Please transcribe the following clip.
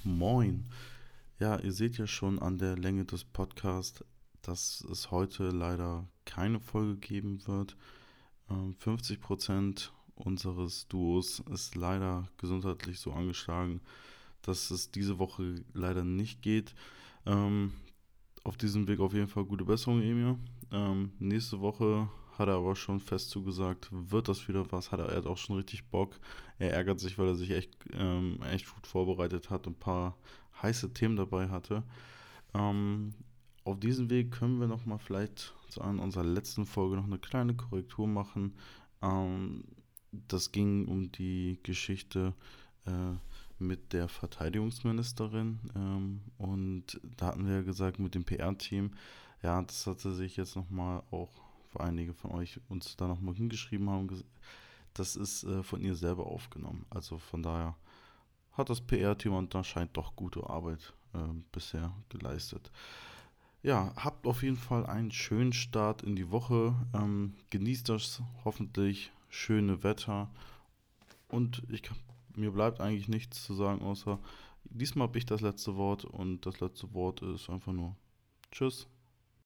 Moin. Ja, ihr seht ja schon an der Länge des Podcasts, dass es heute leider keine Folge geben wird. 50% unseres Duos ist leider gesundheitlich so angeschlagen, dass es diese Woche leider nicht geht. Ähm, auf diesem Weg auf jeden Fall gute Besserung, Emil. Nächste Woche hat er aber schon fest zugesagt, wird das wieder was, er hat auch schon richtig Bock. Er ärgert sich, weil er sich echt gut vorbereitet hat und ein paar heiße Themen dabei hatte. Ähm, auf diesem Weg können wir nochmal vielleicht zu unserer letzten Folge noch eine kleine Korrektur machen. Ähm, das ging um die Geschichte mit der Verteidigungsministerin und da hatten wir ja gesagt mit dem PR-Team, ja, das hatte sich jetzt nochmal auch für einige von euch uns da nochmal hingeschrieben haben, das ist von ihr selber aufgenommen. Also von daher hat das PR-Team anscheinend doch gute Arbeit bisher geleistet. Ja, habt auf jeden Fall einen schönen Start in die Woche. Genießt das hoffentlich schöne Wetter. Und mir bleibt eigentlich nichts zu sagen, außer diesmal habe ich das letzte Wort und das letzte Wort ist einfach nur Tschüss.